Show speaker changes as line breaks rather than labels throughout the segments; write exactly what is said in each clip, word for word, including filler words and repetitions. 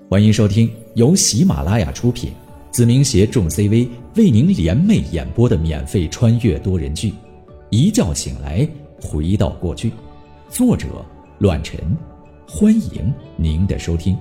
欢迎收听由喜马拉雅出品，子明携众 C V 为您联袂演播的免费穿越多人剧《一觉醒来回到过去》，作者乱臣。欢迎您的收听。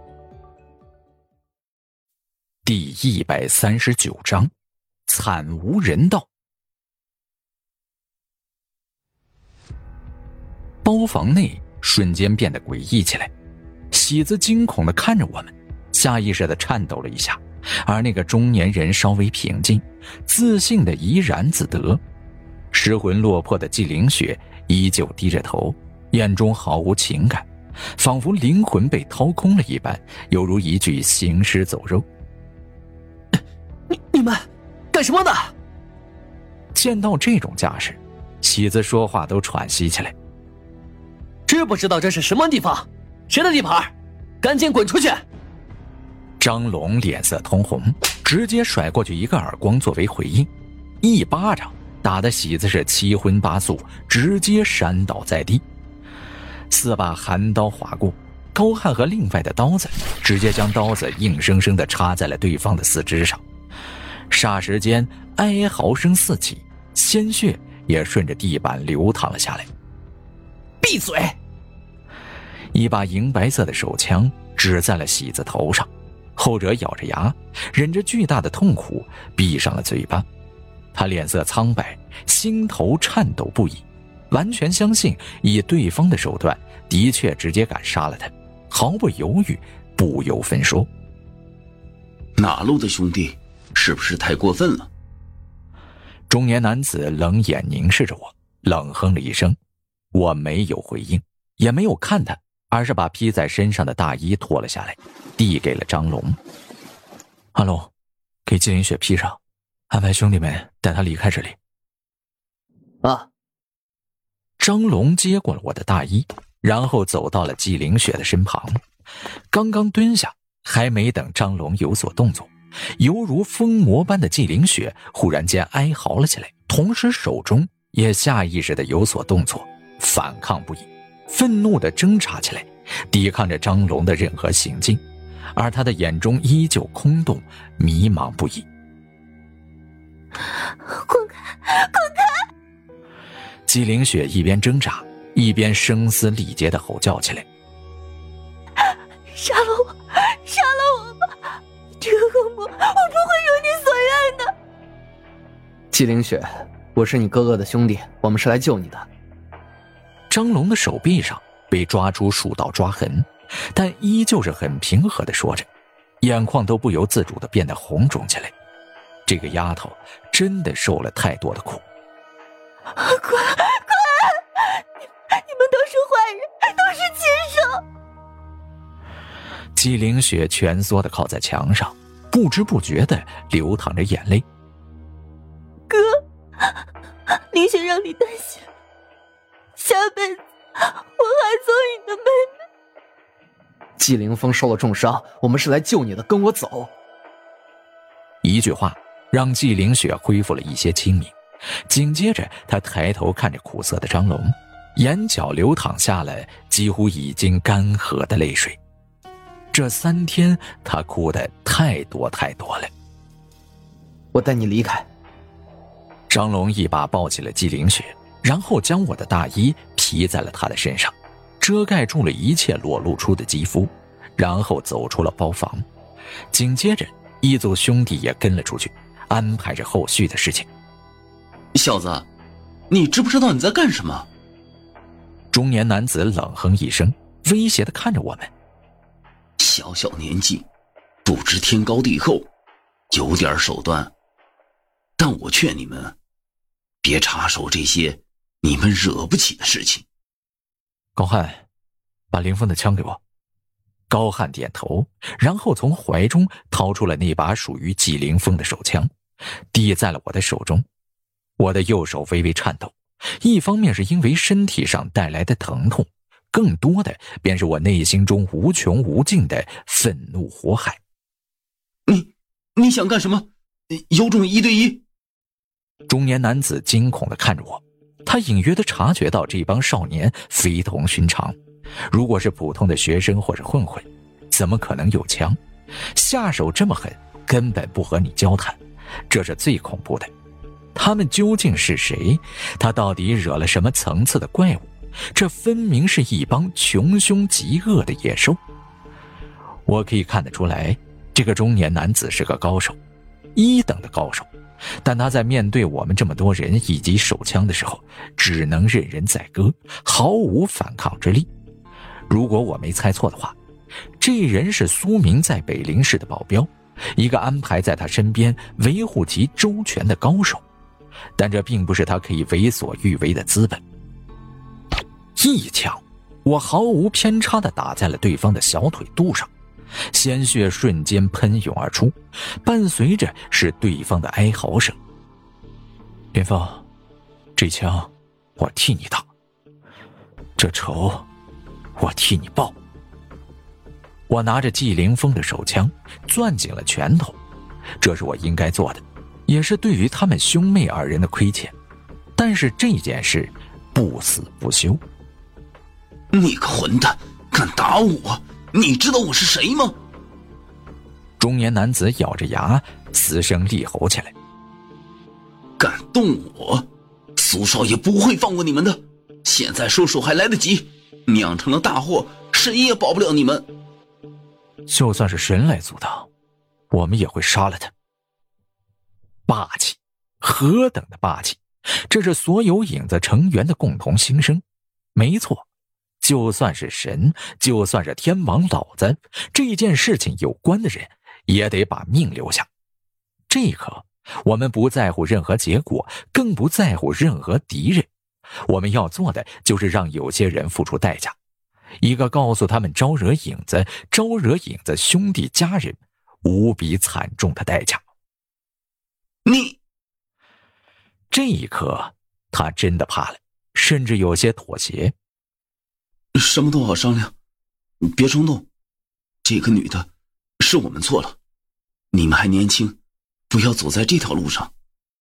第一百三十九章，惨无人道。包房内瞬间变得诡异起来，喜子惊恐地看着我们，下意识地颤抖了一下，而那个中年人稍微平静，自信地怡然自得。失魂落魄的纪凌雪依旧低着头，眼中毫无情感，仿佛灵魂被掏空了一般，犹如一具行尸走肉。
你你们干什么呢？
见到这种架势，喜子说话都喘息起来。
知不知道这是什么地方？谁的地盘？赶紧滚出去！
张龙脸色通红，直接甩过去一个耳光作为回应，一巴掌打得喜子是七荤八素，直接扇倒在地。四把寒刀划过，高汉和另外的刀子直接将刀子硬生生地插在了对方的四肢上。霎时间哀嚎声四起，鲜血也顺着地板流淌了下来。
闭嘴！
一把银白色的手枪指在了喜子头上，后者咬着牙，忍着巨大的痛苦闭上了嘴巴。他脸色苍白，心头颤抖不已，完全相信以对方的手段的确直接敢杀了他，毫不犹豫，不由分说。
哪路的兄弟，是不是太过分了？
中年男子冷眼凝视着我，冷哼了一声。我没有回应，也没有看他，而是把披在身上的大衣脱了下来，递给了张龙。阿龙，给纪凌雪披上，安排兄弟们带他离开这里。
啊！
张龙接过了我的大衣，然后走到了纪凌雪的身旁。刚刚蹲下，还没等张龙有所动作，犹如疯魔般的纪凌雪忽然间哀嚎了起来，同时手中也下意识的有所动作，反抗不已，愤怒的挣扎起来，抵抗着张龙的任何行径，而他的眼中依旧空洞，迷茫不已。
滚开，滚开！
纪凌雪一边挣扎，一边声嘶力竭地吼叫起来：
杀了我，杀了我吧！这个恶魔，我不会如你所愿的。
纪凌雪，我是你哥哥的兄弟，我们是来救你的。
张龙的手臂上被抓出数道抓痕，但依旧是很平和地说着，眼眶都不由自主地变得红肿起来。这个丫头真的受了太多的苦。
滚滚！你你们都是坏人，都是禽兽！
纪凌雪蜷缩地靠在墙上，不知不觉地流淌着眼泪。
哥，凌雪让你担心，下辈子我还做你的妹妹。
纪凌风受了重伤，我们是来救你的，跟我走。
一句话让纪凌雪恢复了一些清明，紧接着她抬头看着苦涩的张龙，眼角流淌下了几乎已经干涸的泪水。这三天她哭得太多太多了。
我带你离开。
张龙一把抱起了纪凌雪，然后将我的大衣披在了她的身上，遮盖住了一切裸露出的肌肤，然后走出了包房。紧接着一组兄弟也跟了出去，安排着后续的事情。
小子，你知不知道你在干什么？
中年男子冷哼一声，威胁地看着我们。
小小年纪，不知天高地厚，有点手段，但我劝你们别插手这些你们惹不起的事情。
高汉，把凌风的枪给我。高汉点头，然后从怀中掏出了那把属于纪凌风的手枪，递在了我的手中。我的右手微微颤抖，一方面是因为身体上带来的疼痛，更多的便是我内心中无穷无尽的愤怒火海。
你你想干什么？有种一对一。
中年男子惊恐地看着我，他隐约地察觉到这帮少年非同寻常，如果是普通的学生或者混混， 怎么可能有枪？下手这么狠，根本不和你交谈，这是最恐怖的。他们究竟是谁？他到底惹了什么层次的怪物？这分明是一帮穷凶极恶的野兽。我可以看得出来，这个中年男子是个高手，一等的高手，但他在面对我们这么多人以及手枪的时候，只能任人宰割，毫无反抗之力。如果我没猜错的话，这人是苏明在北陵市的保镖，一个安排在他身边维护其周全的高手，但这并不是他可以为所欲为的资本。一枪，我毫无偏差地打在了对方的小腿肚上，鲜血瞬间喷涌而出，伴随着是对方的哀嚎声。林峰，这枪我替你打，这仇我替你报。我拿着纪凌风的手枪攥紧了拳头，这是我应该做的，也是对于他们兄妹二人的亏欠，但是这件事不死不休。
你个混蛋，敢打我？你知道我是谁吗？
中年男子咬着牙嘶声厉吼起来。
敢动我，苏少爷不会放过你们的，现在收手还来得及，酿成了大祸，谁也保不了你们。
就算是神来阻挡，我们也会杀了他。霸气，何等的霸气，这是所有影子成员的共同心声。没错，就算是神，就算是天王老子，这件事情有关的人也得把命留下。这一刻，我们不在乎任何结果，更不在乎任何敌人，我们要做的就是让有些人付出代价，一个告诉他们招惹影子，招惹影子兄弟家人无比惨重的代价。
你
这一刻他真的怕了，甚至有些妥协。
什么都好商量，别冲动，这个女的是我们错了，你们还年轻，不要走在这条路上。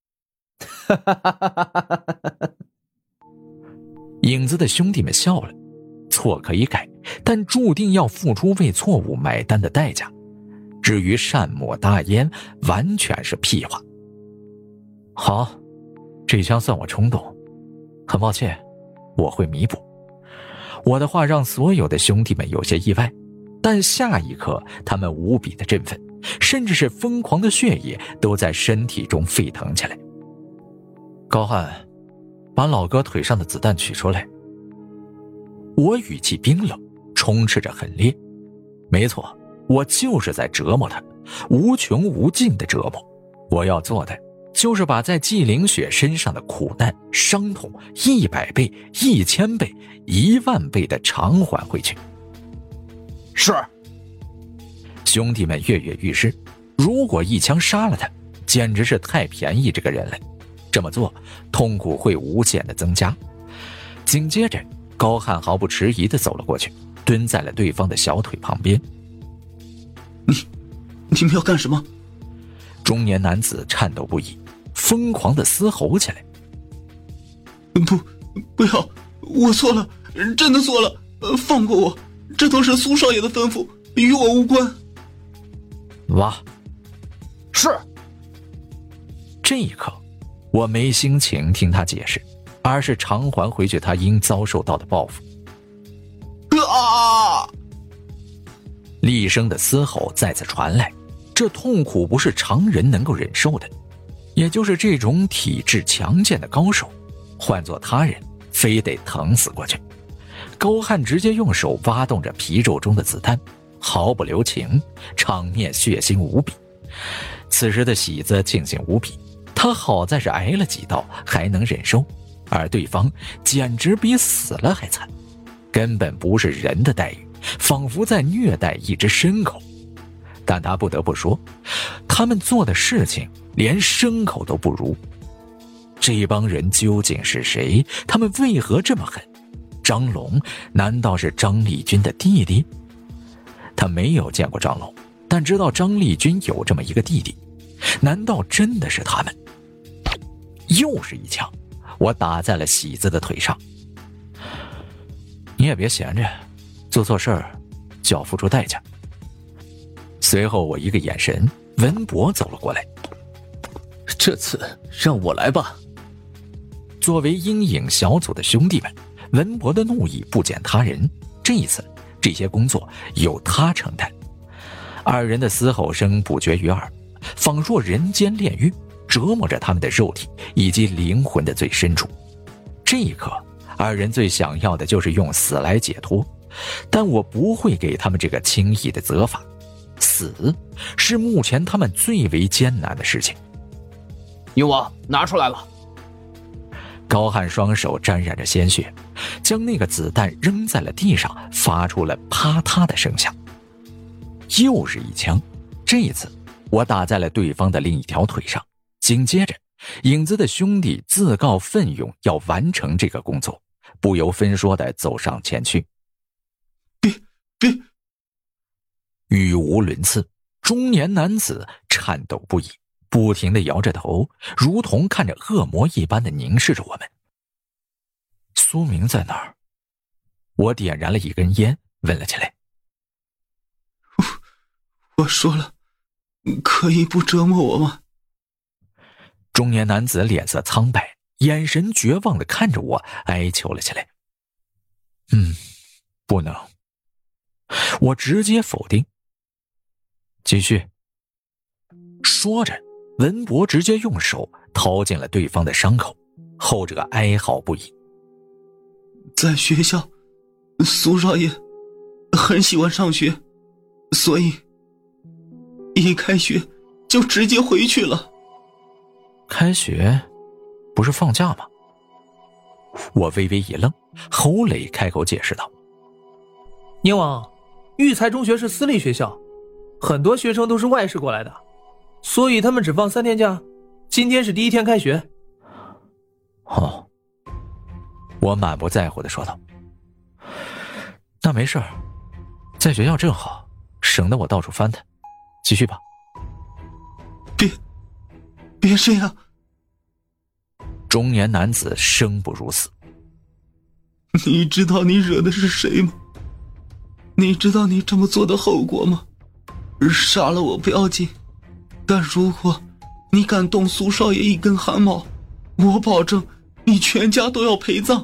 影子的兄弟们笑了，错可以改，但注定要付出为错误买单的代价。至于善莫大焉，完全是屁话。好，这枪算我冲动，很抱歉，我会弥补。我的话让所有的兄弟们有些意外，但下一刻他们无比的振奋，甚至是疯狂的血液都在身体中沸腾起来。高汉，把老哥腿上的子弹取出来。我语气冰冷，充斥着狠烈。没错，我就是在折磨他，无穷无尽的折磨。我要做的就是把在纪凌雪身上的苦难、伤痛一百倍、一千倍、一万倍的偿还回去。
是。
兄弟们跃跃欲试，如果一枪杀了他，简直是太便宜这个人了。这么做，痛苦会无限的增加。紧接着，高汉毫不迟疑地走了过去，蹲在了对方的小腿旁边。
你，你们要干什么？
中年男子颤抖不已，疯狂地嘶吼起来。
不，不要，我错了，真的错了，放过我，这都是苏少爷的吩咐，与我无关。
哇，
是。
这一刻，我没心情听他解释，而是偿还回去他应遭受到的报复。
啊！
厉声的嘶吼再次传来，这痛苦不是常人能够忍受的，也就是这种体质强健的高手，换做他人非得疼死过去。高汉直接用手挖动着皮肉中的子弹，毫不留情，场面血腥无比。此时的喜子庆幸无比，他好在是挨了几刀还能忍受，而对方简直比死了还惨，根本不是人的待遇，仿佛在虐待一只牲口。但他不得不说，他们做的事情连牲口都不如。这帮人究竟是谁？他们为何这么狠？张龙难道是张立军的弟弟？他没有见过张龙，但知道张立军有这么一个弟弟。难道真的是他们？又是一枪，我打在了喜子的腿上。你也别闲着，做错事儿就要付出代价。 随后我一个眼神，文博走了过来。
这次让我来吧。
作为阴影小组的兄弟们，文博的怒意不减他人，这一次这些工作由他承担。二人的嘶吼声不绝于耳，仿若人间炼狱，折磨着他们的肉体以及灵魂的最深处。这一刻，二人最想要的就是用死来解脱，但我不会给他们这个轻易的责罚。死是目前他们最为艰难的事情。
鹰王，拿出来了。
高汉双手沾染着鲜血，将那个子弹扔在了地上，发出了啪嗒的声响。又是一枪，这一次我打在了对方的另一条腿上。紧接着，影子的兄弟自告奋勇要完成这个工作，不由分说地走上前去。
别别！
语无伦次，中年男子颤抖不已，不停地摇着头，如同看着恶魔一般地凝视着我们。苏明在哪儿？我点燃了一根烟，问了起来。
我我说了，可以不折磨我吗？
中年男子脸色苍白，眼神绝望地看着我，哀求了起来。嗯，不能。我直接否定。继续。说着，文博直接用手掏进了对方的伤口，后者哀嚎不已。
在学校，苏少爷很喜欢上学，所以一开学就直接回去了。
开学不是放假吗？我微微一愣，侯磊开口解释道。
宁王，育才中学是私立学校，很多学生都是外市过来的，所以他们只放三天假，今天是第一天开学。
哦，我满不在乎地说道。那没事儿，在学校正好，省得我到处翻腾。继续吧。
别别这样！
中年男子生不如死。
你知道你惹的是谁吗？你知道你这么做的后果吗？杀了我不要紧，但如果你敢动苏少爷一根汗毛，我保证你全家都要陪葬。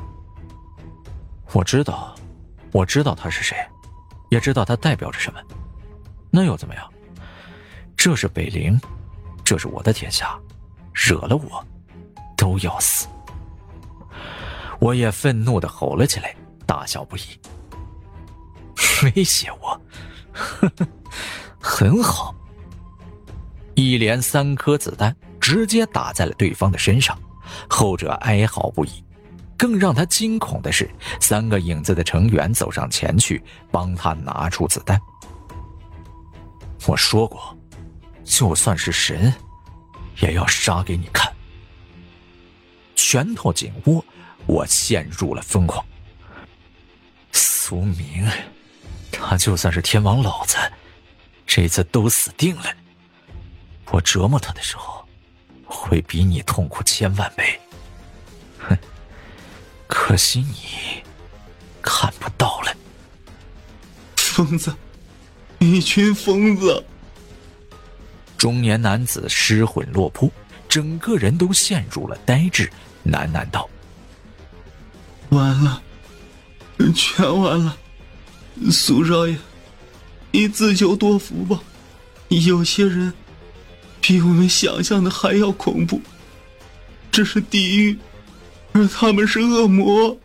我知道，我知道他是谁，也知道他代表着什么。那又怎么样？这是北陵，这是我的天下，惹了我都要死。我也愤怒地吼了起来，大笑不已。威胁我？呵呵，很好。一连三颗子弹直接打在了对方的身上，后者哀嚎不已。更让他惊恐的是，三个影子的成员走上前去帮他拿出子弹。我说过，就算是神也要杀给你看。拳头紧握，我陷入了疯狂。苏明，他就算是天王老子，这次都死定了。我折磨他的时候，会比你痛苦千万倍。哼，可惜你看不到了。
疯子，一群疯子！
中年男子失魂落魄，整个人都陷入了呆滞，喃喃道：
完了，全完了。苏少爷，你自求多福吧。有些人比我们想象的还要恐怖，这是地狱，而他们是恶魔。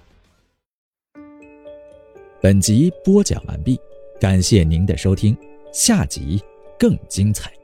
本集播讲完毕，感谢您的收听，下集更精彩。